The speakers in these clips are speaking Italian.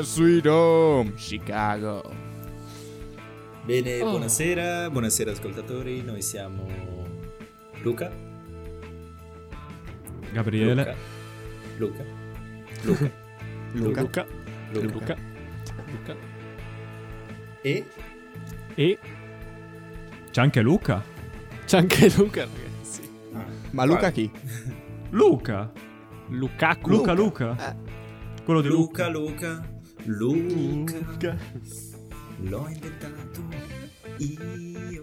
Sweet Home, Chicago. Bene, buonasera ascoltatori, noi siamo Luca, Gabriele, Luca e c'è anche Luca. Ragazzi. Ma Luca chi? Luca. Lukaku. Luca. Quello di Luca. L'ho inventato io.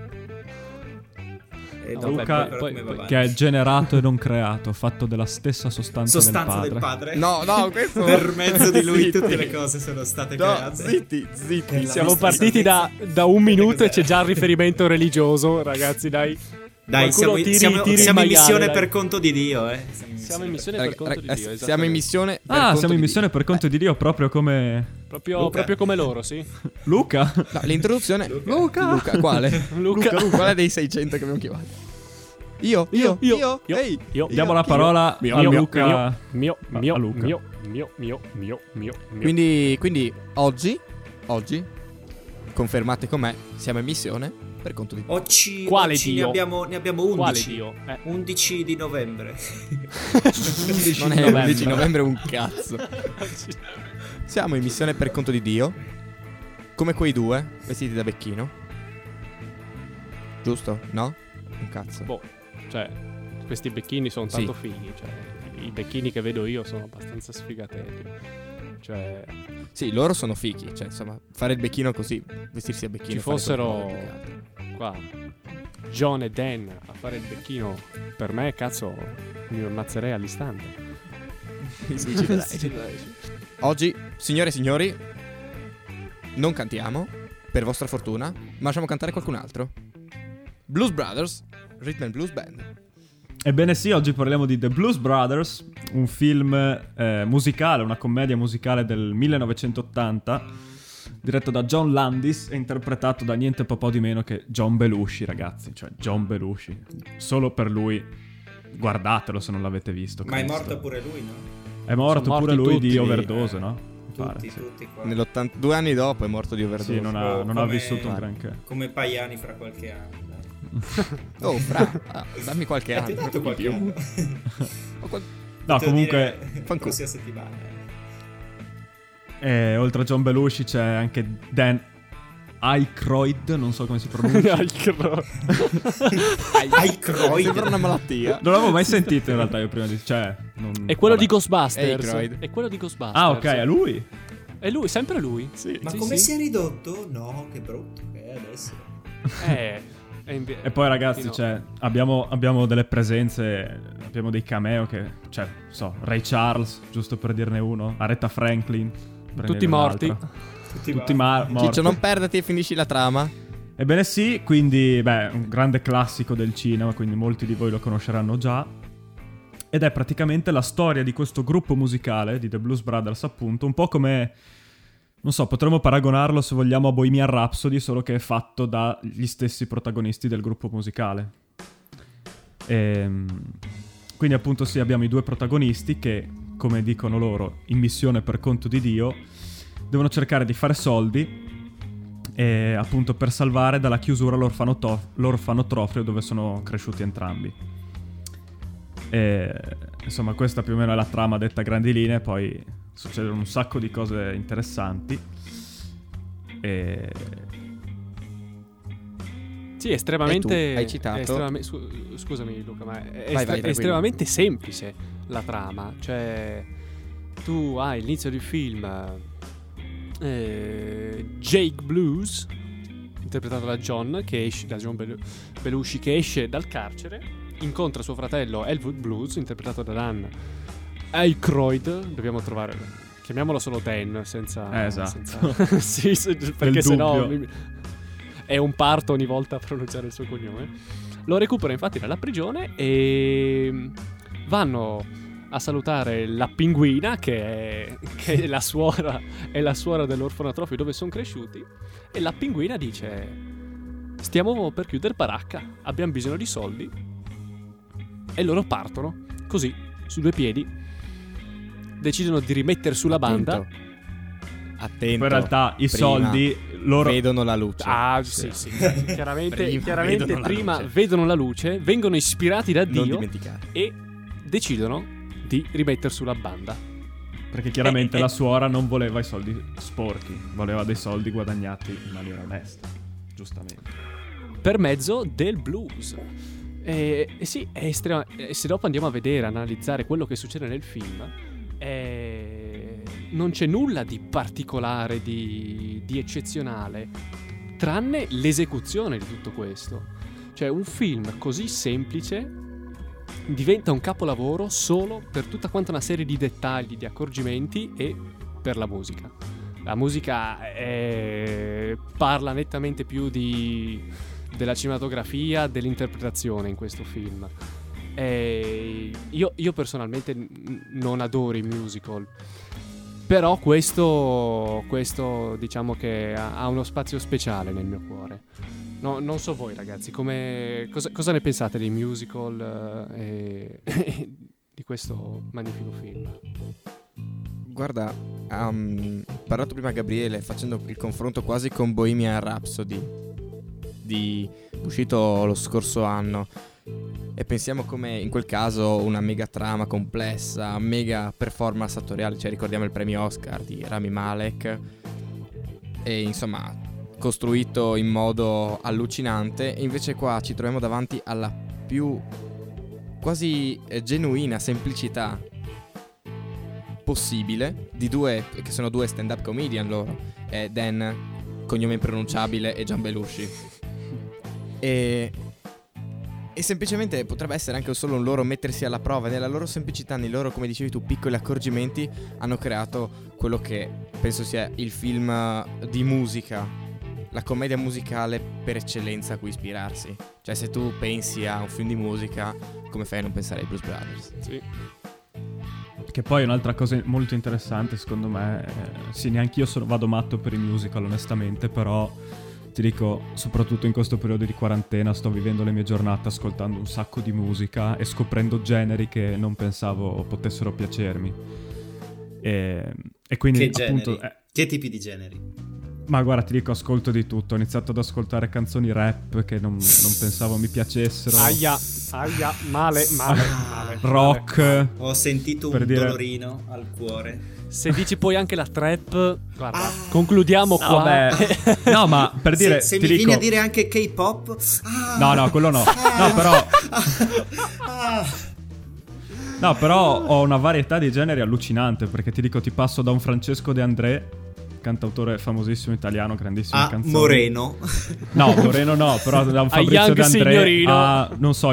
Luca che è generato e non creato, fatto della stessa sostanza del padre. No, questo per mezzo di lui tutte le cose sono state create. Zitti. Siamo partiti da un minuto e c'è già il riferimento religioso, ragazzi, dai. Dai, siamo in missione per conto di Dio, Siamo in missione per conto di Dio, siamo in missione per conto di Dio, proprio come come loro, sì. Luca. No, l'introduzione. Luca quale? Luca. Quale dei 600 che abbiamo chiamato? Io. Ehi. Diamo la parola a Luca. Mio. Quindi oggi confermate con me, siamo in missione per conto di Dio. Oggi ne abbiamo 11. Quale Dio? 11 di novembre. Non è 11 novembre un cazzo. Siamo in missione per conto di Dio, come quei due vestiti da becchino. Giusto? No? Un cazzo. Cioè, questi becchini sono tanto fighi. Cioè, i becchini che vedo io sono abbastanza sfigatelli. Cioè, sì, loro sono fichi. Cioè, insomma, fare il becchino così, vestirsi a becchino. Ci fossero qua John e Dan a fare il becchino, per me, cazzo, mi ammazzerei all'istante. Sì, ci dai. Oggi, signore e signori, non cantiamo, per vostra fortuna, ma lasciamo cantare qualcun altro. Blues Brothers, Rhythm and Blues Band. Ebbene sì, oggi parliamo di The Blues Brothers, un film musicale, una commedia musicale del 1980, diretto da John Landis e interpretato da niente po' di meno che John Belushi, ragazzi. Cioè, John Belushi. Solo per lui, guardatelo se non l'avete visto. Ma Cristo. è morto pure lui, no? È morto pure lui tutti, di overdose, no? Tutti qua. 2 anni dopo è morto di overdose. Sì, non ha vissuto un granché. Come Paiani fra qualche anno. Dammi qualche anno. Tutto qualche anno. No, comunque la prossima settimana. Oltre a John Belushi c'è anche Dan Aykroyd, non so come si pronuncia. Aykroyd. Sembra una malattia. Non l'avevo mai sentito in realtà io prima di... È quello di Ghostbusters. Aykroyd. È quello di Ghostbusters. Ah, ok, è lui? È lui, sempre lui. Sì. Ma come si è ridotto? No, che brutto che è adesso. E poi ragazzi, abbiamo delle presenze, abbiamo dei cameo che, Ray Charles, giusto per dirne uno, Aretha Franklin, tutti morti. Tutti morti. Ciccio, non perderti e finisci la trama. Ebbene sì, quindi, un grande classico del cinema, quindi molti di voi lo conosceranno già. Ed è praticamente la storia di questo gruppo musicale, di The Blues Brothers appunto, un po' come... Non so, potremmo paragonarlo se vogliamo a Bohemian Rhapsody, solo che è fatto dagli stessi protagonisti del gruppo musicale. Quindi appunto sì, abbiamo i due protagonisti che, come dicono loro, in missione per conto di Dio, devono cercare di fare soldi appunto per salvare dalla chiusura l'orfanotrofio dove sono cresciuti entrambi. Insomma, questa più o meno è la trama detta a grandi linee, poi... Succedono un sacco di cose interessanti. Sì, estremamente... hai citato... Scusami Luca, ma è vai, estremamente semplice la trama. Cioè, tu hai l'inizio del film Jake Blues, interpretato da John Belushi, che esce dal carcere, incontra suo fratello Elwood Blues, interpretato da Dan Aykroyd. Dobbiamo trovare, chiamiamolo solo Dan senza esatto. sì, perché sennò è un parto ogni volta a pronunciare il suo cognome. Lo recupera infatti dalla prigione e vanno a salutare la pinguina che è la suora dell'orfanotrofio dove sono cresciuti, e la pinguina dice: stiamo per chiudere baracca, abbiamo bisogno di soldi. E loro partono così, su due piedi, decidono di rimettere sulla banda attento. in realtà i soldi loro vedono la luce. Sì. Chiaramente prima vedono la luce, vengono ispirati da Dio non dimenticare. e decidono di rimettere sulla banda. Perché chiaramente la suora non voleva i soldi sporchi, voleva dei soldi guadagnati in maniera onesta, giustamente. Per mezzo del blues. Sì, se dopo andiamo a vedere, analizzare quello che succede nel film, non c'è nulla di particolare, di eccezionale, tranne l'esecuzione di tutto questo. Cioè, un film così semplice diventa un capolavoro solo per tutta quanta una serie di dettagli, di accorgimenti e per la musica. La musica parla nettamente più della cinematografia, dell'interpretazione in questo film. Io personalmente non adoro i musical, però questo diciamo che ha uno spazio speciale nel mio cuore. No, non so voi ragazzi, cosa ne pensate dei musical e di questo magnifico film? Guarda, parlato prima Gabriele facendo il confronto quasi con Bohemian Rhapsody uscito lo scorso anno, e pensiamo come in quel caso una mega trama complessa, mega performance attoriale, cioè ricordiamo il premio Oscar di Rami Malek, e insomma costruito in modo allucinante, e invece qua ci troviamo davanti alla più quasi genuina semplicità possibile di due, che sono due stand-up comedian loro, Dan, cognome impronunciabile, e Gian Belushi, e semplicemente potrebbe essere anche solo un loro mettersi alla prova. Nella loro semplicità, nei loro, come dicevi tu, piccoli accorgimenti, hanno creato quello che penso sia il film di musica, la commedia musicale per eccellenza a cui ispirarsi. Cioè, se tu pensi a un film di musica, come fai a non pensare ai Blues Brothers? Sì. Che poi un'altra cosa molto interessante secondo me, sì, neanch'io vado matto per i musical onestamente, però ti dico, soprattutto in questo periodo di quarantena sto vivendo le mie giornate ascoltando un sacco di musica e scoprendo generi che non pensavo potessero piacermi, e quindi che appunto generi? Che tipi di generi? Ma guarda, ti dico, ascolto di tutto. Ho iniziato ad ascoltare canzoni rap che non pensavo mi piacessero. Aia, male. Rock. Ho sentito un dolorino al cuore. Se dici poi anche la trap, guarda, concludiamo qua. Vabbè. No, ma per dire, se ti mi dico... vieni a dire anche K-pop. No, quello no. No, però... No, però ho una varietà di generi allucinante, perché ti dico, ti passo da un Francesco De André, cantautore famosissimo italiano, grandissime canzoni. Moreno. No, Moreno no, però da un Fabrizio De André signorino. a, non so,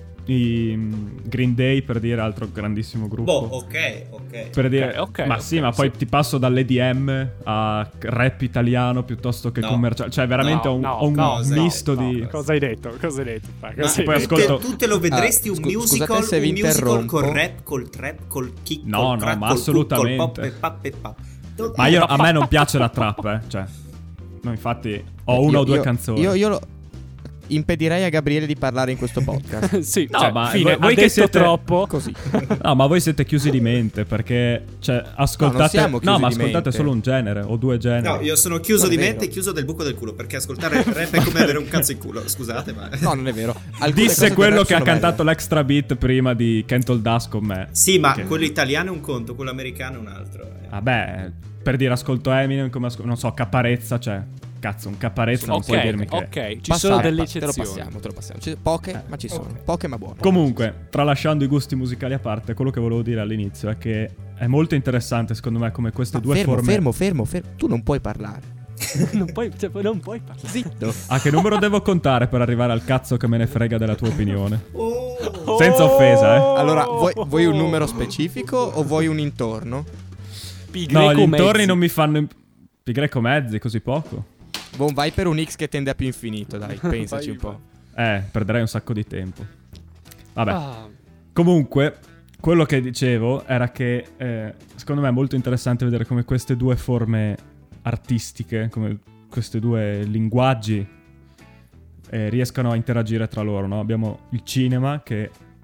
i Green Day, per dire, altro grandissimo gruppo. Ok. Per dire, ma sì, ma poi ti passo dall'EDM a rap italiano piuttosto che commerciale. Cioè, veramente ho un misto di... Cosa hai detto? Poi ascolto... Tu te lo vedresti un musical col rap, col trap, col kick, no, col crack, ma col assolutamente. Col pop e pap e pap. Ma a me non piace la trap, cioè. No, infatti ho una o due canzoni. Io impedirei a Gabriele di parlare in questo podcast. Sì, no, cioè, ma fine, voi che siete troppo così. No, ma voi siete chiusi di mente, perché cioè ascoltate ma ascoltate solo un genere o due generi. No, io sono chiuso di mente e chiuso del buco del culo, perché ascoltare il rap è come avere un cazzo in culo. Scusate, ma no, non è vero. Disse quello che ha cantato l'extra beat prima di Can't Hold Us con me. Sì, ma quello italiano è un conto, quello americano è un altro. Vabbè, per dire, ascolto Eminem come non so, Caparezza, cioè cazzo, un Caparezza non puoi dirmi che... Ok, ci sono delle eccezioni. Te lo passiamo. Poche, ma ci sono. Poche ma buone. Comunque, tralasciando i gusti musicali a parte, quello che volevo dire all'inizio è che è molto interessante secondo me come queste due forme... Fermo. Tu non puoi parlare. non puoi parlare. Zitto. A che numero devo contare per arrivare al cazzo che me ne frega della tua opinione? Senza offesa, Allora, vuoi un numero specifico o vuoi un intorno? No, gli intorni non mi fanno... Pi greco mezzi, così poco. Vai per un X che tende a più infinito, dai, pensaci un po'. Perderei un sacco di tempo. Vabbè. Comunque, quello che dicevo era che secondo me è molto interessante vedere come queste due forme artistiche, come questi due linguaggi riescano a interagire tra loro, no? Abbiamo il cinema che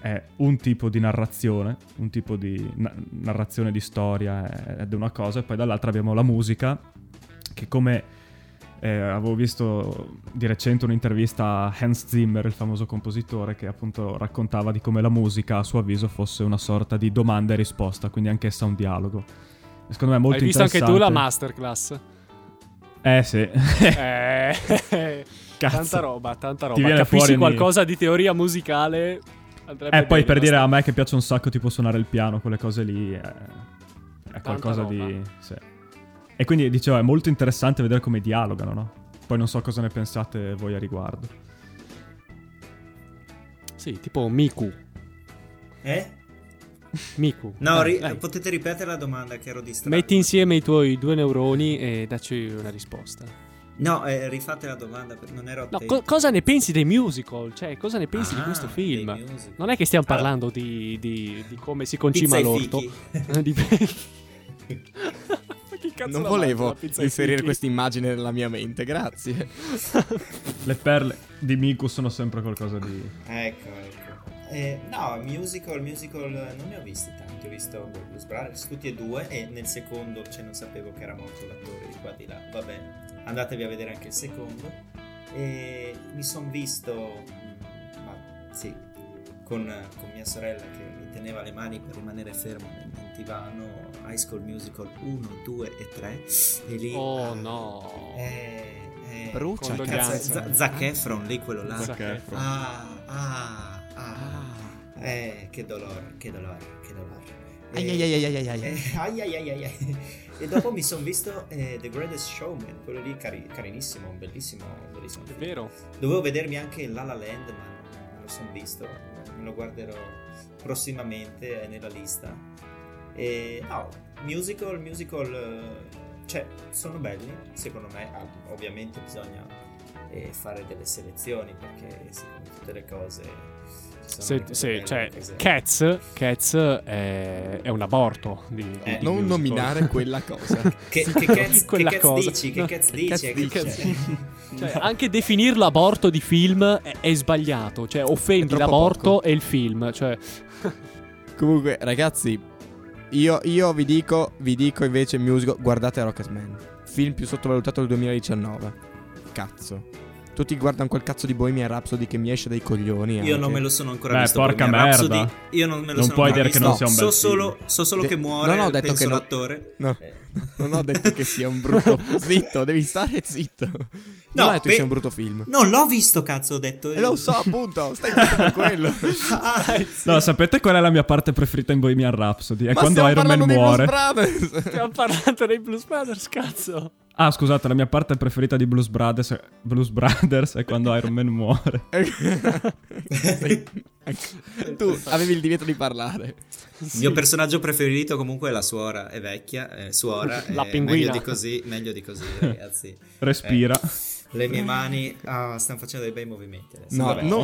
è un tipo di narrazione, un tipo di narrazione di storia ed è una cosa, e poi dall'altra abbiamo la musica, che come avevo visto di recente un'intervista a Hans Zimmer, il famoso compositore, che appunto raccontava di come la musica a suo avviso fosse una sorta di domanda e risposta, quindi anch'essa un dialogo. E secondo me è molto interessante. Hai visto anche tu la masterclass? Sì. Tanta roba. Ti viene Capisci fuori qualcosa di teoria musicale? Poi per dire, a me che piace un sacco tipo suonare il piano, quelle cose lì è qualcosa di... Sì. E quindi dicevo, è molto interessante vedere come dialogano, no? Poi non so cosa ne pensate voi a riguardo. Sì, tipo Miku. Miku. No, potete ripetere la domanda che ero distratto. Metti insieme i tuoi 2 neuroni e dacci una risposta. No, rifate la domanda, non ero attento. No, cosa ne pensi dei musical? Cioè, cosa ne pensi di questo film? Non è che stiamo parlando di come si concima l'orto. Non volevo inserire questa immagine nella mia mente, grazie. Le perle di Miku sono sempre qualcosa di... Ecco. No, musical non ne ho visti tanti. Ho visto Blues Brothers, tutti e due, e nel secondo, non sapevo che era morto l'attore di qua di là. Va bene, andatevi a vedere anche il secondo. E mi sono visto, con mia sorella che mi teneva le mani per rimanere fermo nel divano, High School Musical 1, 2 e 3. E lì... Oh no! Brucia, Zac Efron lì, quello là. Zac Efron. Che dolore. Ai. E dopo mi sono visto The Greatest Showman, quello lì carinissimo, bellissimo. È vero. Dovevo vedermi anche La La Land, ma non lo sono visto. Me lo guarderò prossimamente, è nella lista. Musical, sono belli, secondo me. Ovviamente bisogna fare delle selezioni, perché come tutte le cose Cats è un aborto di non musical. nominare quella cosa. Che cazzo dici? Cioè, anche definirlo aborto di film è sbagliato, cioè offendi l'aborto poco. e il film, cioè. Comunque, ragazzi, io vi dico invece musical, guardate Rocketman, film più sottovalutato del 2019. Cazzo. Tutti guardano quel cazzo di Bohemian Rhapsody che mi esce dai coglioni. Io non me lo sono ancora visto. Porca merda. Io non me lo non sono puoi ancora dire visto. che non sia un bel so solo che muore. Non ho detto che l'attore. No. Non ho detto che sia un brutto. Zitto, devi stare zitto. Non ho detto che sia un brutto film. Non l'ho visto, cazzo, ho detto. E lo so, appunto. Stai dicendo quello. No, sapete qual è la mia parte preferita in Bohemian Rhapsody? È quando Iron Man muore. Stiamo parlando dei Blues Brothers, cazzo. Ah, scusate, la mia parte preferita di Blues Brothers è quando Iron Man muore. Tu avevi il divieto di parlare. Il mio personaggio preferito comunque è la suora, è vecchia, suora. La pinguina. Meglio di così, ragazzi. Respira. Le mie mani stanno facendo dei bei movimenti adesso.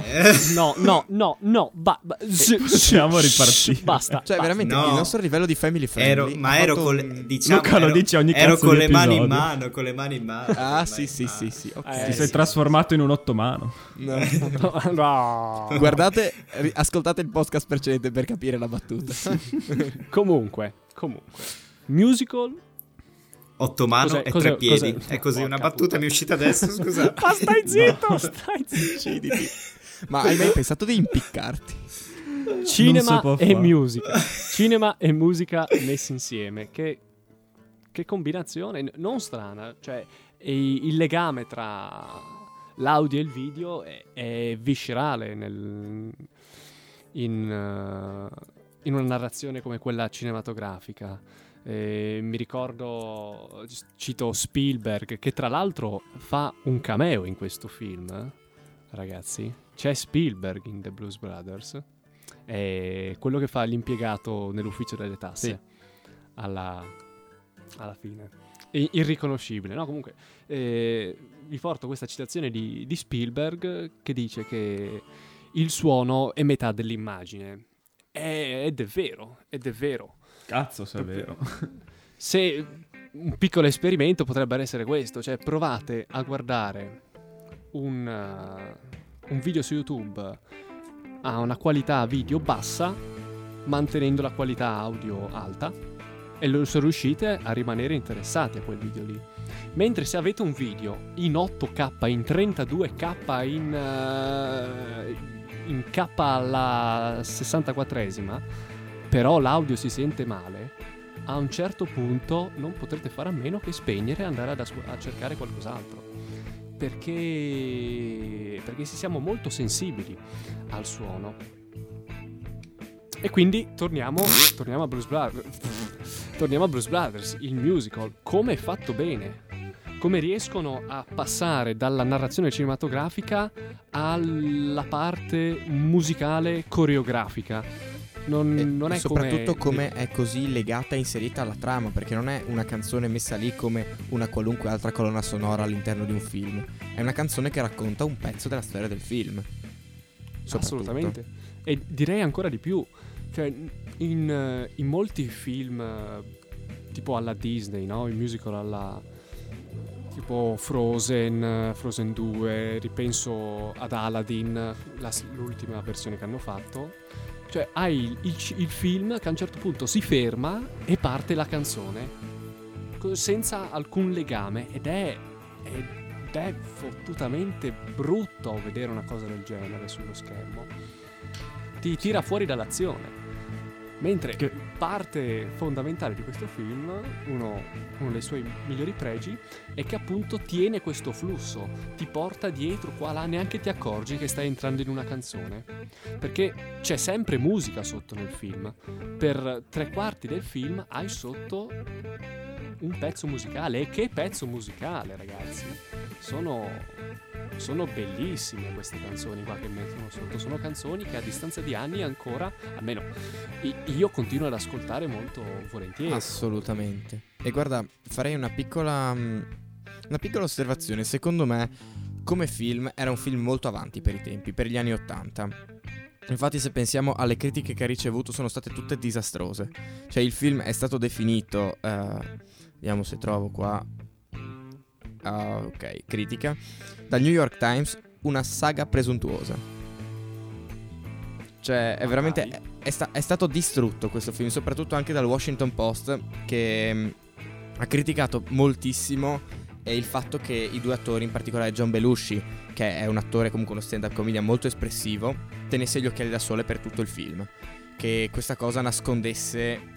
No. Siamo ripartiti. Basta. Cioè, veramente, il nostro livello di family friendly. Luca lo dice ogni cazzo ero con di le mani in episodio. mano, con le mani in mano. Ah, sì. Okay. Ti sei trasformato in un ottomano. No. Guardate, ascoltate il podcast precedente per capire la battuta. Comunque. Musical. Ottomano e tre piedi. È così, una battuta mi è uscita adesso, scusa. Ma stai zitto, Ucciditi. Ma hai mai pensato di impiccarti? Cinema e musica. Cinema e musica messi insieme. Che combinazione non strana. Cioè, il legame tra l'audio e il video è viscerale in una narrazione come quella cinematografica. Mi ricordo, cito Spielberg, che tra l'altro fa un cameo in questo film, ragazzi. C'è Spielberg in The Blues Brothers, è quello che fa l'impiegato nell'ufficio delle tasse, sì. alla fine, è irriconoscibile, no? Comunque vi porto questa citazione di Spielberg, che dice che il suono è metà dell'immagine, ed è vero. Cazzo, se è vero. Se un piccolo esperimento potrebbe essere questo, cioè provate a guardare un video su YouTube ha una qualità video bassa mantenendo la qualità audio alta, e sono riuscite a rimanere interessati a quel video lì. Mentre se avete un video in 8K, in 32K, in K alla 64esima, però l'audio si sente male, a un certo punto non potrete fare a meno che spegnere e andare a cercare qualcos'altro. Perché siamo molto sensibili al suono. E quindi torniamo a Blues Brothers. Torniamo a Blues Brothers, il musical. Come è fatto bene. Come riescono a passare dalla narrazione cinematografica alla parte musicale coreografica. Non è soprattutto come è così legata e inserita alla trama, perché non è una canzone messa lì come una qualunque altra colonna sonora all'interno di un film. È una canzone che racconta un pezzo della storia del film. Assolutamente. E direi ancora di più. Cioè, in molti film tipo alla Disney, no? Il musical alla tipo Frozen 2, ripenso ad Aladdin, l'ultima versione che hanno fatto. Cioè hai il film che a un certo punto si ferma e parte la canzone senza alcun legame, ed è fottutamente brutto vedere una cosa del genere sullo schermo. Ti tira fuori dall'azione. Mentre parte fondamentale di questo film, uno dei suoi migliori pregi, è che appunto tiene questo flusso, ti porta dietro qua là, neanche ti accorgi che stai entrando in una canzone, perché c'è sempre musica sotto nel film. Per 3/4 del film hai sotto un pezzo musicale. E che pezzo musicale, ragazzi! Sono bellissime queste canzoni qua che mettono sotto. Sono canzoni che a distanza di anni ancora, almeno io continuo ad ascoltare molto volentieri. Assolutamente. E guarda, farei una piccola osservazione. Secondo me, come film, era un film molto avanti per i tempi, per gli anni 80. Infatti, se pensiamo alle critiche che ha ricevuto, sono state tutte disastrose. Cioè, il film è stato definito, vediamo se trovo qua, ok, critica, dal New York Times, una saga presuntuosa. Cioè è veramente è stato distrutto questo film, soprattutto anche dal Washington Post, che ha criticato moltissimo il fatto che i due attori, in particolare John Belushi, che è un attore comunque uno stand-up comedian molto espressivo, tenesse gli occhiali da sole per tutto il film, che questa cosa nascondesse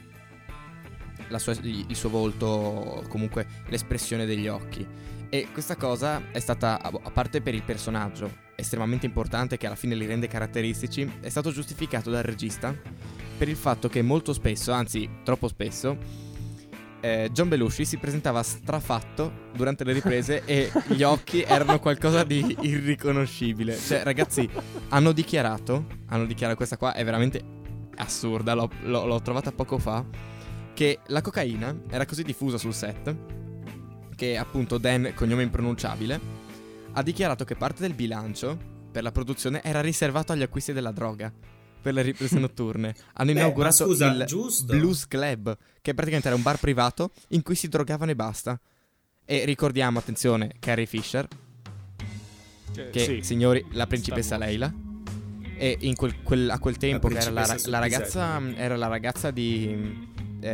il suo volto, comunque l'espressione degli occhi. E questa cosa è stata, a parte per il personaggio estremamente importante che alla fine li rende caratteristici, è stato giustificato dal regista per il fatto che molto spesso, anzi troppo spesso, John Belushi si presentava strafatto durante le riprese e gli occhi erano qualcosa di irriconoscibile. Cioè, ragazzi, hanno dichiarato, questa qua è veramente assurda, l'ho trovata poco fa, che la cocaina era così diffusa sul set che appunto Dan, cognome impronunciabile, ha dichiarato che parte del bilancio per la produzione era riservato agli acquisti della droga per le riprese notturne. Hanno inaugurato il Blues Club, che praticamente era un bar privato in cui si drogavano e basta. E ricordiamo, attenzione, Carrie Fisher, che sì, signori, la principessa Leila. E in a quel tempo che era la ragazza di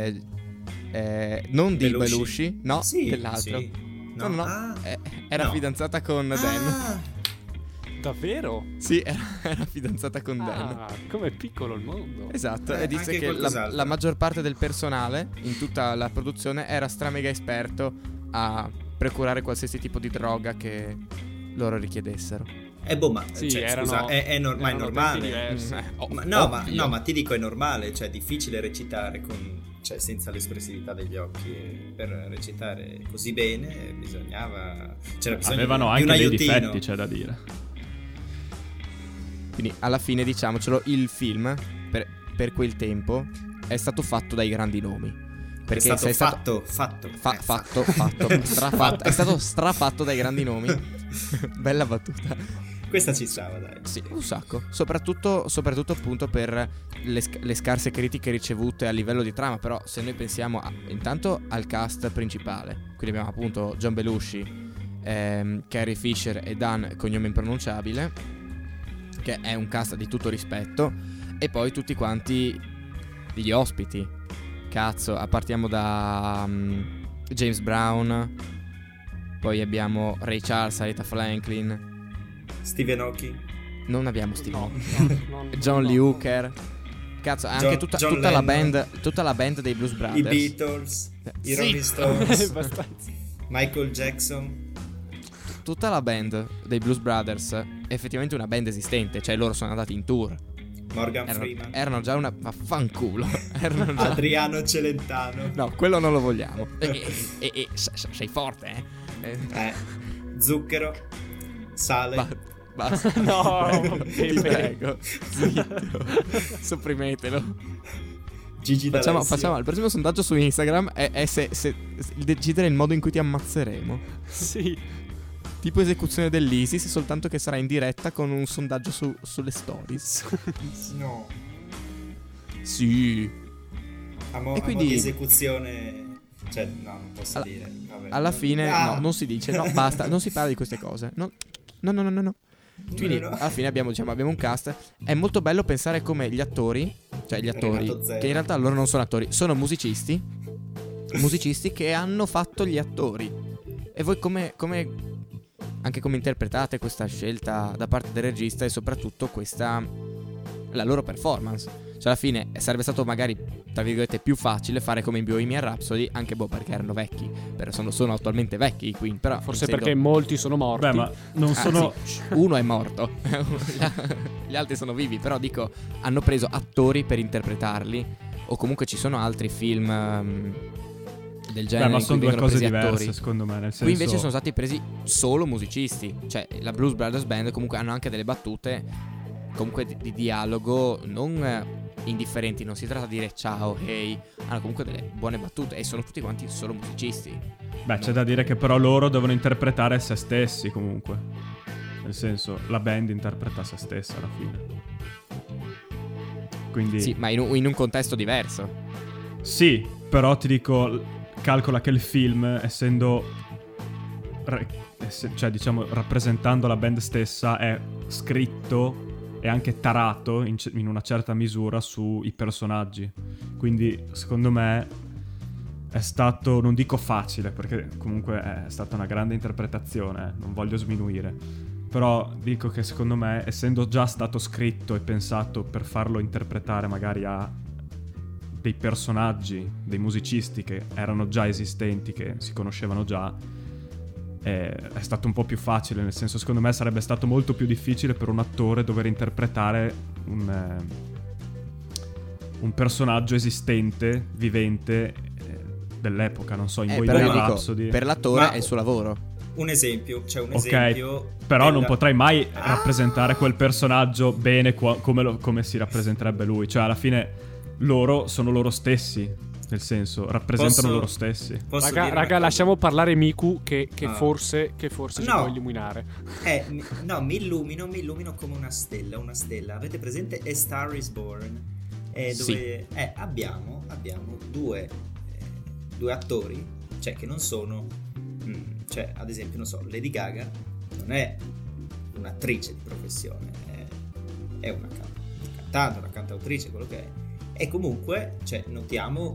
non di Belushi, no, sì, dell'altro. Sì. No. Era fidanzata con Dan. Davvero? Sì, era fidanzata con Dan. Com'è piccolo il mondo. Esatto, e disse che la maggior parte del personale in tutta la produzione era mega esperto a procurare qualsiasi tipo di droga che loro richiedessero. Ma sì, cioè, scusa, è normale. Ma ti dico, è normale, cioè è difficile recitare senza l'espressività degli occhi. Per recitare così bene c'era bisogno avevano di anche dei difetti, c'è da dire. Quindi alla fine, diciamocelo, il film per quel tempo è stato fatto dai grandi nomi. Perché è stato fatto. È stato strafatto dai grandi nomi. Bella battuta. Questa ci stava, dai. Sì, un sacco. Soprattutto appunto per le scarse critiche ricevute a livello di trama. Però se noi pensiamo intanto al cast principale, quindi abbiamo appunto John Belushi, Carrie Fisher e Dan, cognome impronunciabile. che è un cast di tutto rispetto, e poi tutti quanti gli ospiti. Cazzo, partiamo da James Brown, poi abbiamo Ray Charles, Aretha Franklin, Stephen Hawking. non abbiamo Steve, No, no, John Lee Hooker. Cazzo, anche John tutta la Lennon. tutta la band dei Blues I Brothers. Beatles, i Sì. Rolling Stones, Abbastanza. Michael Jackson. Tutta la band dei Blues Brothers è effettivamente una band esistente, cioè loro sono andati in tour. Morgan Freeman. Erano già una... Vaffanculo. Erano già... Adriano Celentano. No, quello non lo vogliamo. Sei forte, eh? Zucchero. Sale. Basta. No, Ti prego. Zitto. Sopprimetelo. Gigi Facciamo D'Alessio. il prossimo sondaggio su Instagram è se decidere il modo in cui ti ammazzeremo. Sì. Tipo esecuzione dell'ISIS, soltanto che sarà in diretta con un sondaggio sulle stories. No. Sì. E quindi- di esecuzione. Cioè, no, non posso dire. Vabbè. Alla fine, Ah. no, non si dice, no, basta, non si parla di queste cose. No. Quindi, No. alla fine abbiamo un cast. È molto bello pensare come gli attori, cioè gli attori, Renato Zero. che in realtà loro non sono attori, sono musicisti che hanno fatto gli attori. E voi come interpretate questa scelta da parte del regista e soprattutto la loro performance? Cioè alla fine sarebbe stato magari, tra virgolette, più facile fare come in Bohemian Rhapsody, anche perché erano vecchi, sono attualmente vecchi i Queen, però Forse essendo- perché molti sono morti. Beh, ma non sono... sì, uno è morto, gli altri sono vivi, però dico, hanno preso attori per interpretarli, o comunque ci sono altri film del genere Beh, ma in cui sono due vengono cose presi diverse, attori. secondo me, nel senso... Qui invece sono stati presi solo musicisti, cioè la Blues Brothers Band comunque hanno anche delle battute comunque di dialogo non indifferenti, non si tratta di dire ciao, hey, hanno comunque delle buone battute e sono tutti quanti solo musicisti. Beh, c'è da dire che però loro devono interpretare se stessi comunque. Nel senso, la band interpreta se stessa alla fine. Quindi... Sì, ma in un contesto diverso. Sì, però ti dico, calcola che il film, essendo... cioè, diciamo, rappresentando la band stessa, è scritto e anche tarato in una certa misura sui personaggi. Quindi, secondo me, è stato, non dico facile, perché comunque è stata una grande interpretazione, non voglio sminuire. Però dico che secondo me, essendo già stato scritto e pensato per farlo interpretare magari a dei personaggi, dei musicisti che erano già esistenti, che si conoscevano già, è stato un po' più facile, nel senso, secondo me sarebbe stato molto più difficile per un attore dover interpretare un personaggio esistente, vivente, dell'epoca, non so, in Però Bohemian io dico, Rhapsody. per l'attore Ma- è il suo lavoro. Un esempio, c'è un Ok, esempio. però non della- potrai mai Ah! rappresentare quel personaggio bene come si rappresenterebbe lui. Cioè, alla fine loro sono loro stessi. Nel senso, rappresentano Posso- loro stessi. Posso dire una Raga, cosa? lasciamo parlare Miku che Ah. forse ci No. può illuminare. No, mi illumino come una stella. Avete presente A Star is Born? Dove abbiamo due attori, cioè che non sono, cioè ad esempio, non so, Lady Gaga non è un'attrice di professione, è una cantante, una cantautrice, quello che è. E comunque, cioè, notiamo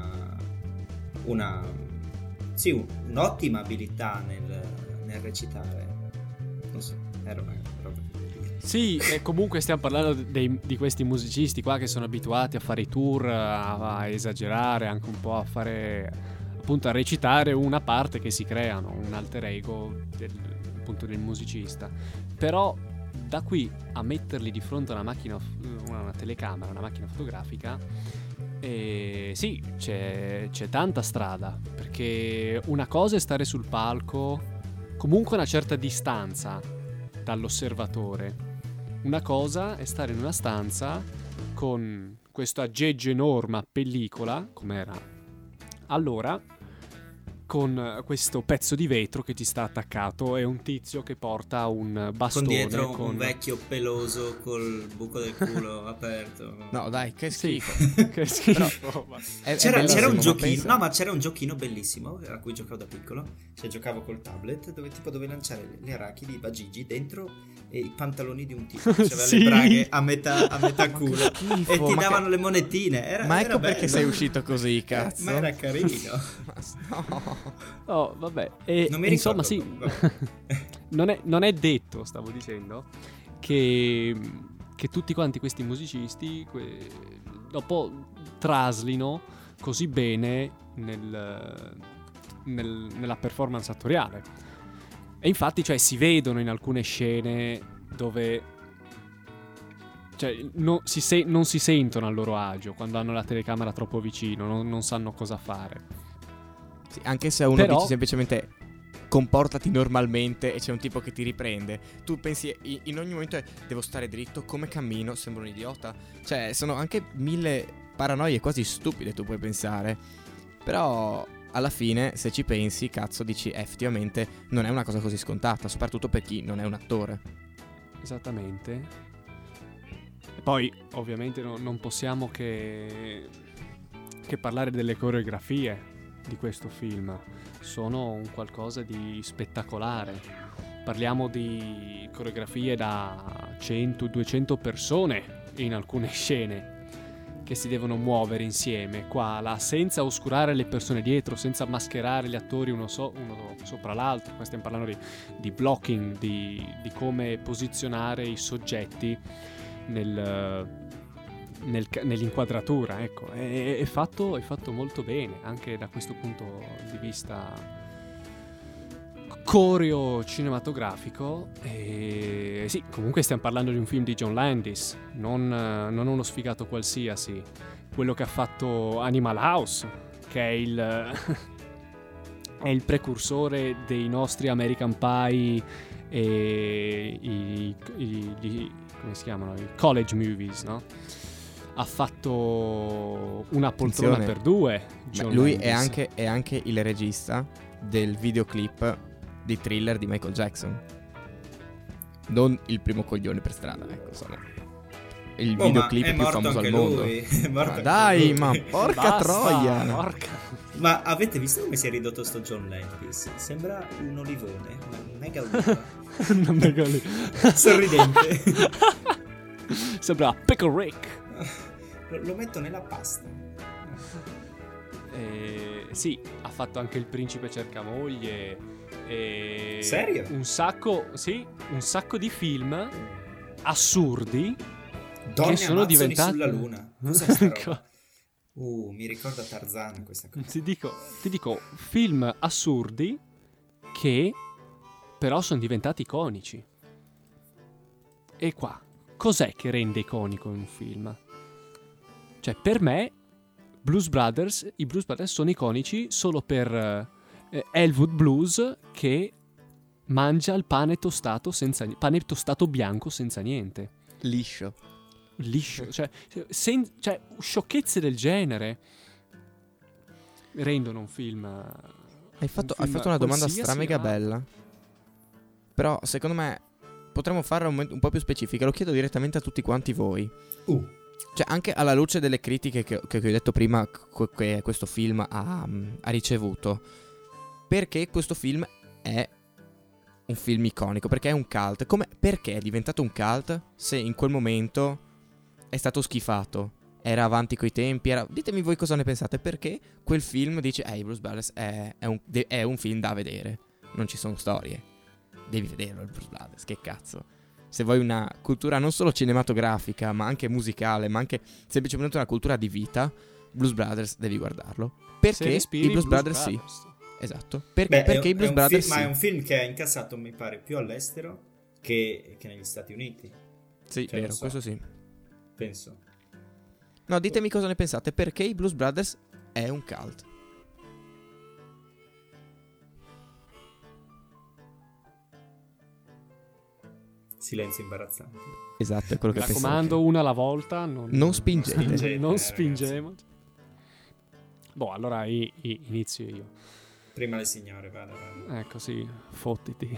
un'ottima abilità nel recitare. Non so, era una roba che volevo dire. Sì, e comunque stiamo parlando di questi musicisti qua che sono abituati a fare i tour, a esagerare, anche un po' a fare, appunto, a recitare una parte che si creano, un alter ego appunto del musicista. Però da qui a metterli di fronte a una macchina, una telecamera, una macchina fotografica, sì, c'è tanta strada, perché una cosa è stare sul palco comunque a una certa distanza dall'osservatore, una cosa è stare in una stanza con questo aggeggio enorme a pellicola, come era allora, con questo pezzo di vetro che ti sta attaccato e un tizio che porta un bastone con dietro un vecchio peloso col buco del culo aperto. No, dai, che schifo. Che schifo. C'era un giochino, no, ma c'era un giochino bellissimo a cui giocavo da piccolo. Cioè, giocavo col tablet dove tipo dovevi lanciare le arachidi, i vagigi dentro e i pantaloni di un tipo che aveva le braghe a metà culo schifo, e ti davano le monetine. Ma ecco era perché bello. sei uscito così, cazzo. Ma era carino. No. Oh, vabbè. E, Non mi insomma, ricordo, sì. non è detto, stavo dicendo, che tutti quanti questi musicisti dopo traslino così bene nella performance attoriale. E infatti, cioè, si vedono in alcune scene dove, cioè, non si sentono a loro agio quando hanno la telecamera troppo vicino, non sanno cosa fare. Sì, anche se a uno dici semplicemente comportati normalmente e c'è un tipo che ti riprende, tu pensi in ogni momento devo stare dritto, come cammino, sembro un idiota. Cioè, sono anche 1000 paranoie quasi stupide, tu puoi pensare. Però alla fine, se ci pensi, cazzo, dici effettivamente non è una cosa così scontata, soprattutto per chi non è un attore. Esattamente. E poi, ovviamente, non possiamo che parlare delle coreografie di questo film. Sono un qualcosa di spettacolare. Parliamo di coreografie da 100-200 persone in alcune scene che si devono muovere insieme qua, là, senza oscurare le persone dietro, senza mascherare gli attori uno sopra l'altro. Qua stiamo parlando di blocking, di come posizionare i soggetti nell'inquadratura, ecco. È fatto molto bene anche da questo punto di vista coreo cinematografico. E sì, comunque stiamo parlando di un film di John Landis, non uno sfigato qualsiasi, quello che ha fatto Animal House, che è il precursore dei nostri American Pie e come si chiamano? I college movies, no? Ha fatto Una poltrona per due. Lui è anche il regista del videoclip di Thriller di Michael Jackson. Non il primo coglione per strada, ecco, insomma. Il videoclip più famoso al mondo. Ma dai, ma porca troia. Porca. Ma avete visto come si è ridotto sto John Landis? Sembra un olivone, una mega oliva. Sorridente. Sembra Pickle Rick. Lo metto nella pasta. Sì, ha fatto anche Il principe cerca moglie. Serio? Un sacco di film assurdi. Donne che sono diventati sulla luna. Cos'è sta roba? Mi ricorda Tarzan questa cosa. Ti dico film assurdi che però sono diventati iconici. E qua, cos'è che rende iconico un film? Cioè, per me i Blues Brothers sono iconici solo per Elwood Blues, che mangia il pane tostato bianco senza niente. Liscio, cioè sciocchezze del genere rendono un film. Hai fatto una domanda stramega bella. Però secondo me potremmo farla un po' più specifica. Lo chiedo direttamente a tutti quanti voi. Cioè, anche alla luce delle critiche che ho detto prima che questo film ha ricevuto, perché questo film è un film iconico, perché è un cult. Perché è diventato un cult se in quel momento è stato schifato, era avanti coi tempi, ditemi voi cosa ne pensate, perché quel film dice i Blues Brothers è un film da vedere, non ci sono storie, devi vederlo il Blues Brothers, che cazzo. Se vuoi una cultura non solo cinematografica, ma anche musicale, ma anche semplicemente una cultura di vita, Blues Brothers devi guardarlo. Perché i Blues Brothers sì. Esatto. Perché i Blues Brothers ma è un film che ha incassato, mi pare, più all'estero che negli Stati Uniti. Sì, cioè, vero, questo sì. Penso. No, ditemi cosa ne pensate. Perché i Blues Brothers è un cult. Silenzio imbarazzante. Esatto, è quello che Mi raccomando, una alla volta. Non spingete. Non spingete. Boh, allora inizio io. Prima le signore, vada. Ecco, sì, fottiti.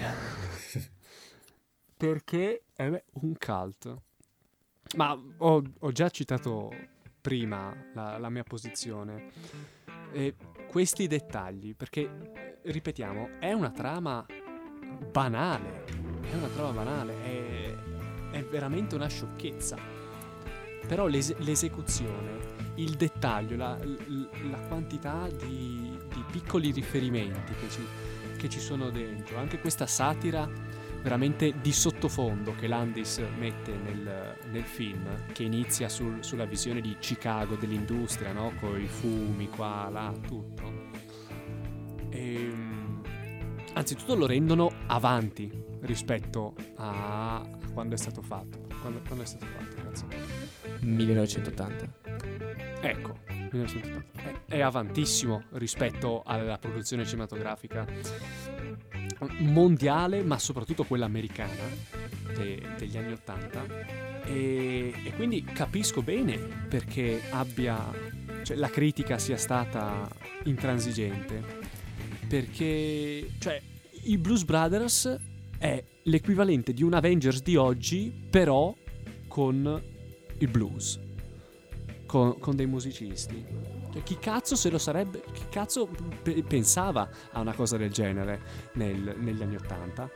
Perché è un cult. Ma ho già citato prima la mia posizione. E questi dettagli, perché, ripetiamo, è una trama banale. È veramente una sciocchezza. Però l'esecuzione, il dettaglio, la quantità di piccoli riferimenti che ci sono dentro, anche questa satira veramente di sottofondo che Landis mette nel film, che inizia sulla visione di Chicago, dell'industria, no? Con i fumi qua, là, tutto. Anzitutto lo rendono avanti rispetto a quando è stato fatto. Quando è stato fatto, cazzo? 1980. Ecco, 1980. È avantissimo rispetto alla produzione cinematografica mondiale, ma soprattutto quella americana degli anni 80. E quindi capisco bene perché cioè, la critica sia stata intransigente, perché cioè, i Blues Brothers è l'equivalente di un Avengers di oggi, però con il blues, con dei musicisti. Cioè, chi cazzo pensava a una cosa del genere negli anni 80?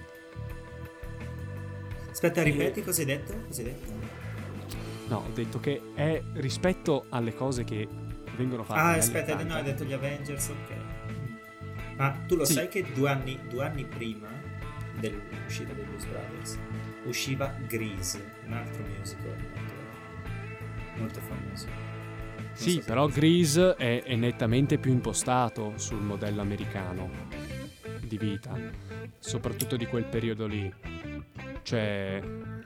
Aspetta, ripeti cosa hai detto? No, ho detto che è rispetto alle cose che vengono fatte. Ah, aspetta, no, hai detto gli Avengers, ok. Ma tu lo sai che due anni prima dell'uscita dei Blues Brothers usciva Grease, un altro musical molto famoso. Sì, però Grease è nettamente più impostato sul modello americano di vita, soprattutto di quel periodo lì. Cioè,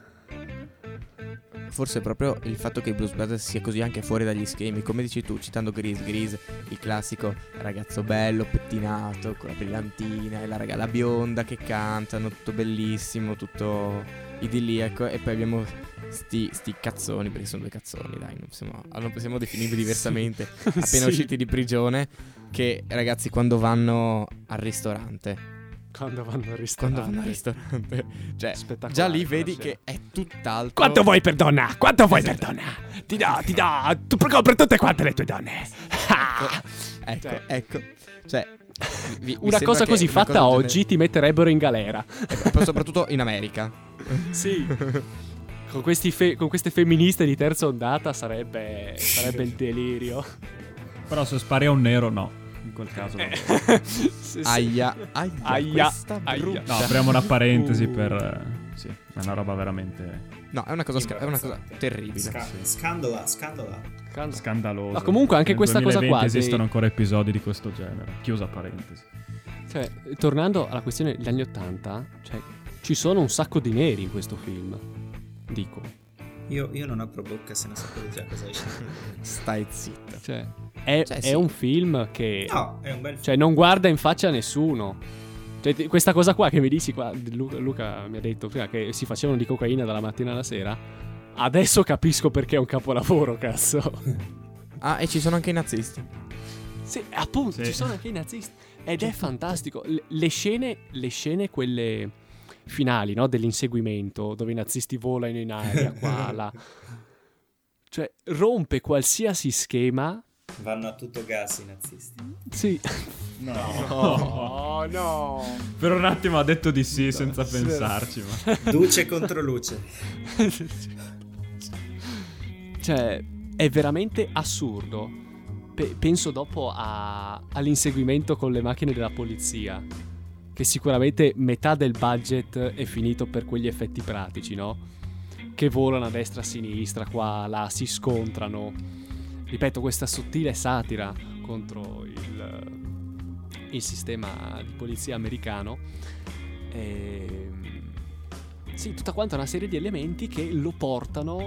forse proprio il fatto che i Blues Brothers sia così anche fuori dagli schemi, come dici tu, citando Grease, il classico ragazzo bello, pettinato, con la brillantina, e la bionda che cantano, tutto bellissimo, tutto idilliaco, e poi abbiamo sti cazzoni, perché sono due cazzoni, dai, non possiamo definirli diversamente, appena usciti di prigione, che ragazzi quando vanno al ristorante, cioè già lì vedi che è tutt'altro. Quanto vuoi per donna? Ti do, tu per tutte quante le tue donne. Ecco. Cioè una cosa così fatta oggi ti metterebbero in galera. Soprattutto in America. Sì. Con queste femministe di terza ondata sarebbe il delirio. Però se spari a un nero, no. In quel caso no. Aia. No, apriamo una parentesi per sì, è una roba veramente no, è una cosa terribile. Scandalosa. Ma comunque anche nel questa 2020 cosa qua esistono ancora episodi di questo genere. Chiusa parentesi. Cioè, tornando alla questione degli anni 80, cioè ci sono un sacco di neri in questo film. Dico. Io non apro bocca se non sapevo già cosa dici. Stai zitto. Cioè, è un film che no, è un bel film. Cioè non guarda in faccia a nessuno. Cioè, questa cosa qua che mi dici qua, Luca mi ha detto prima che si facevano di cocaina dalla mattina alla sera. Adesso capisco perché è un capolavoro, cazzo. Ah, e ci sono anche i nazisti. Sì, appunto, ci sono anche i nazisti. Ed è fantastico. Le scene quelle finali, no, dell'inseguimento, dove i nazisti volano in aria qua, là. Cioè, rompe qualsiasi schema. Vanno a tutto gas i nazisti. Sì. No. Per un attimo ha detto di sì senza pensarci, ma luce contro luce. Cioè, è veramente assurdo. Penso dopo all'inseguimento con le macchine della polizia, che sicuramente metà del budget è finito per quegli effetti pratici, no? Che volano a destra a sinistra, qua, là, si scontrano. Ripeto, questa sottile satira contro il sistema di polizia americano. Sì, tutta quanta una serie di elementi che lo portano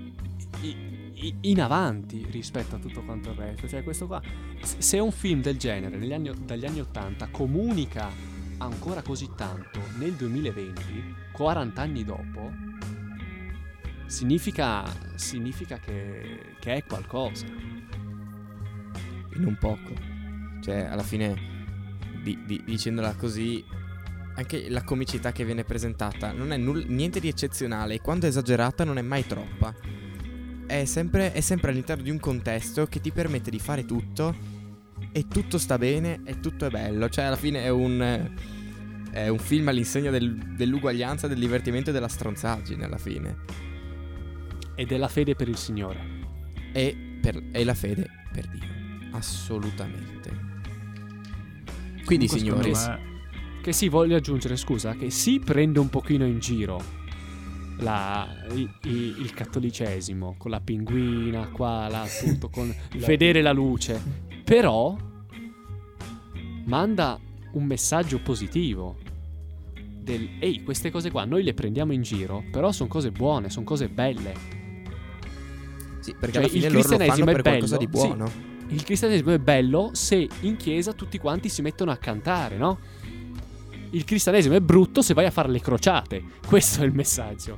in avanti rispetto a tutto quanto il resto. Cioè, questo qua, se un film del genere dagli anni 80 comunica ancora così tanto nel 2020, 40 anni dopo, significa che è qualcosa. In un poco. Cioè, alla fine dicendola così, anche la comicità che viene presentata non è niente di eccezionale, e quando è esagerata non è mai troppa. È sempre all'interno di un contesto che ti permette di fare tutto, e tutto sta bene e tutto è bello. Cioè alla fine è un film all'insegna dell'uguaglianza, del divertimento e della stronzaggine alla fine. E della fede per il Signore. E la fede per Dio. Assolutamente. Quindi Comunque, signori, che si voglio aggiungere, scusa, che si prende un pochino in giro il cattolicesimo, con la pinguina qua, là, tutto, con vedere la luce, però manda un messaggio positivo del ehi, queste cose qua noi le prendiamo in giro, però sono cose buone, sono cose belle. sì, perché Cioè, alla fine il loro lo cristianesimo fanno è per qualcosa bello, di buono. sì. Il cristianesimo è bello se in chiesa tutti quanti si mettono a cantare, no? Il cristianesimo è brutto se vai a fare le crociate. Questo è il messaggio.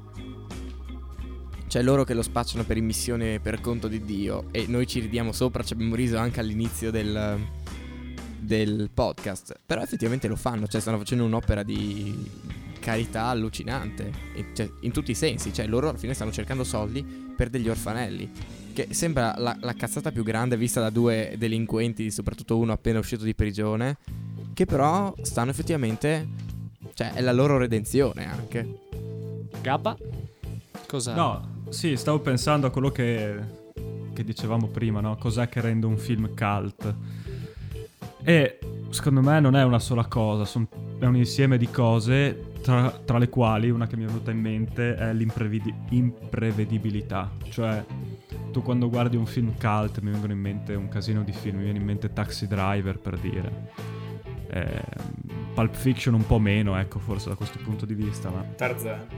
Cioè loro che lo spacciano per immissione per conto di Dio, e noi ci ridiamo sopra, ci abbiamo riso anche all'inizio del podcast. Però effettivamente lo fanno, cioè stanno facendo un'opera di carità allucinante, cioè, in tutti i sensi. Cioè loro alla fine stanno cercando soldi per degli orfanelli, che sembra la cazzata più grande vista da due delinquenti, soprattutto uno appena uscito di prigione, che però stanno effettivamente, cioè è la loro redenzione anche. Gabba? Cosa? No, sì, stavo pensando a quello che dicevamo prima, no? Cos'è che rende un film cult? E secondo me non è una sola cosa, è un insieme di cose, tra le quali una che mi è venuta in mente è l'imprevedibilità. Cioè, tu quando guardi un film cult, mi vengono in mente un casino di film, mi viene in mente Taxi Driver, per dire. Pulp Fiction un po' meno, ecco, forse da questo punto di vista, ma Tarzan.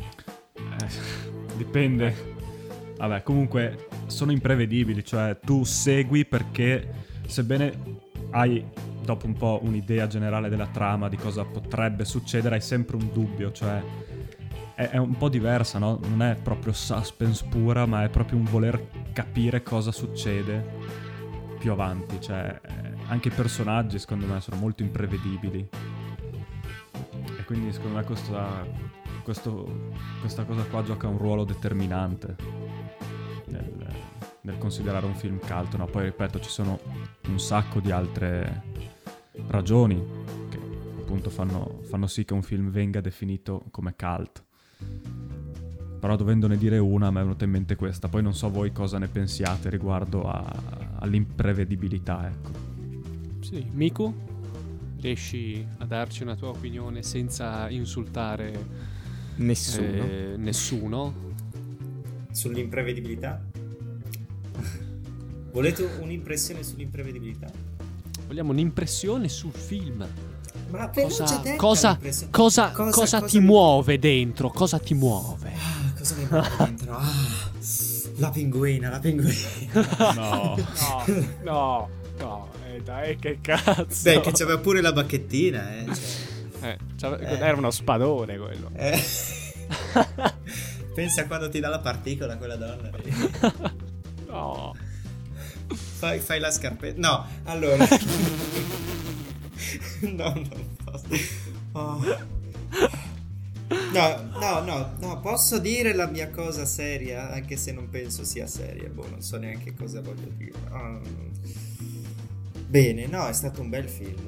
dipende. Vabbè, comunque sono imprevedibili, cioè tu segui perché, sebbene hai dopo un po' un'idea generale della trama, di cosa potrebbe succedere, hai sempre un dubbio, cioè è un po' diversa, no? Non è proprio suspense pura, ma è proprio un voler capire cosa succede più avanti. Cioè anche i personaggi secondo me sono molto imprevedibili, e quindi secondo me questa cosa qua gioca un ruolo determinante nel considerare un film cult, no? Poi ripeto, ci sono un sacco di altre ragioni che appunto fanno sì che un film venga definito come cult, però dovendone dire una, a me è venuta in mente questa. Poi non so voi cosa ne pensiate riguardo all'imprevedibilità, ecco. Sì, Miku? Riesci a darci una tua opinione senza insultare nessuno? Sull'imprevedibilità? Volete un'impressione sull'imprevedibilità? Vogliamo un'impressione sul film. Ma per Cosa ti muove dentro? Cosa ti muove? Cosa mi muove dentro? La pinguina. No, dai, che cazzo. Beh, che c'aveva pure la bacchettina, Era uno spadone quello. Pensa quando ti dà la particola quella donna. No. Fai la scarpetta. No, allora. No, non posso. Oh. No, posso dire la mia cosa seria, anche se non penso sia seria. Non so neanche cosa voglio dire. Bene, no, è stato un bel film.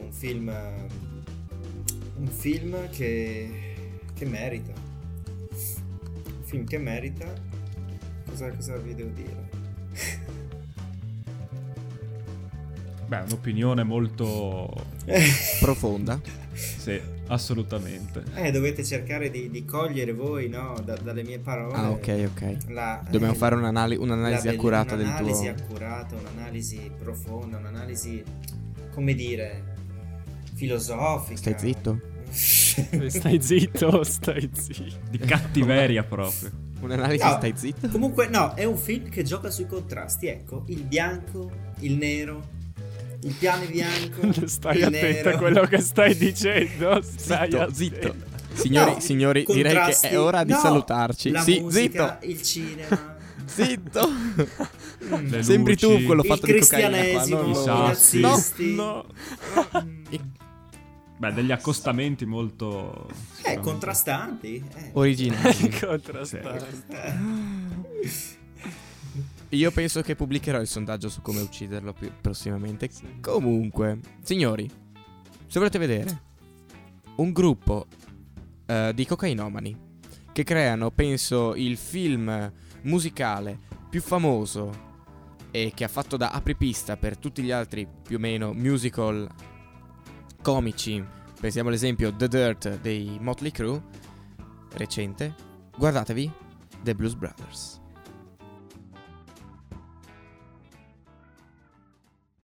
Un film che merita. Un film che merita. Cosa vi devo dire? Beh, un'opinione molto Profonda. sì, assolutamente. Dovete cercare di cogliere voi, no? Dalle mie parole. Ah, ok. Dobbiamo fare un'analisi accurata del tuo. Un'analisi accurata, un'analisi profonda, un'analisi, come dire, filosofica. Stai zitto. Stai zitto. Di cattiveria proprio. Un'analisi, No, stai zitto. Comunque, no, è un film che gioca sui contrasti. Ecco, il bianco, il nero, il piano bianco. Stai il attento nero. a quello che stai dicendo. Zitto. No, Signori, direi che è ora di salutarci. La Sì, musica, zitto. il cinema. Zitto. Le Sembri luci, tu quello il fatto di cocaina qua, cristianesimo, non i lo so. nazisti. No. Mm. Beh, degli accostamenti molto... contrastanti. Originali. Contrastante. Io penso che pubblicherò il sondaggio su come ucciderlo prossimamente. Comunque, signori, se volete vedere un gruppo di cocainomani che creano, penso, il film musicale più famoso e che ha fatto da apripista per tutti gli altri più o meno musical comici, pensiamo all'esempio The Dirt dei Motley Crue, recente, guardatevi The Blues Brothers.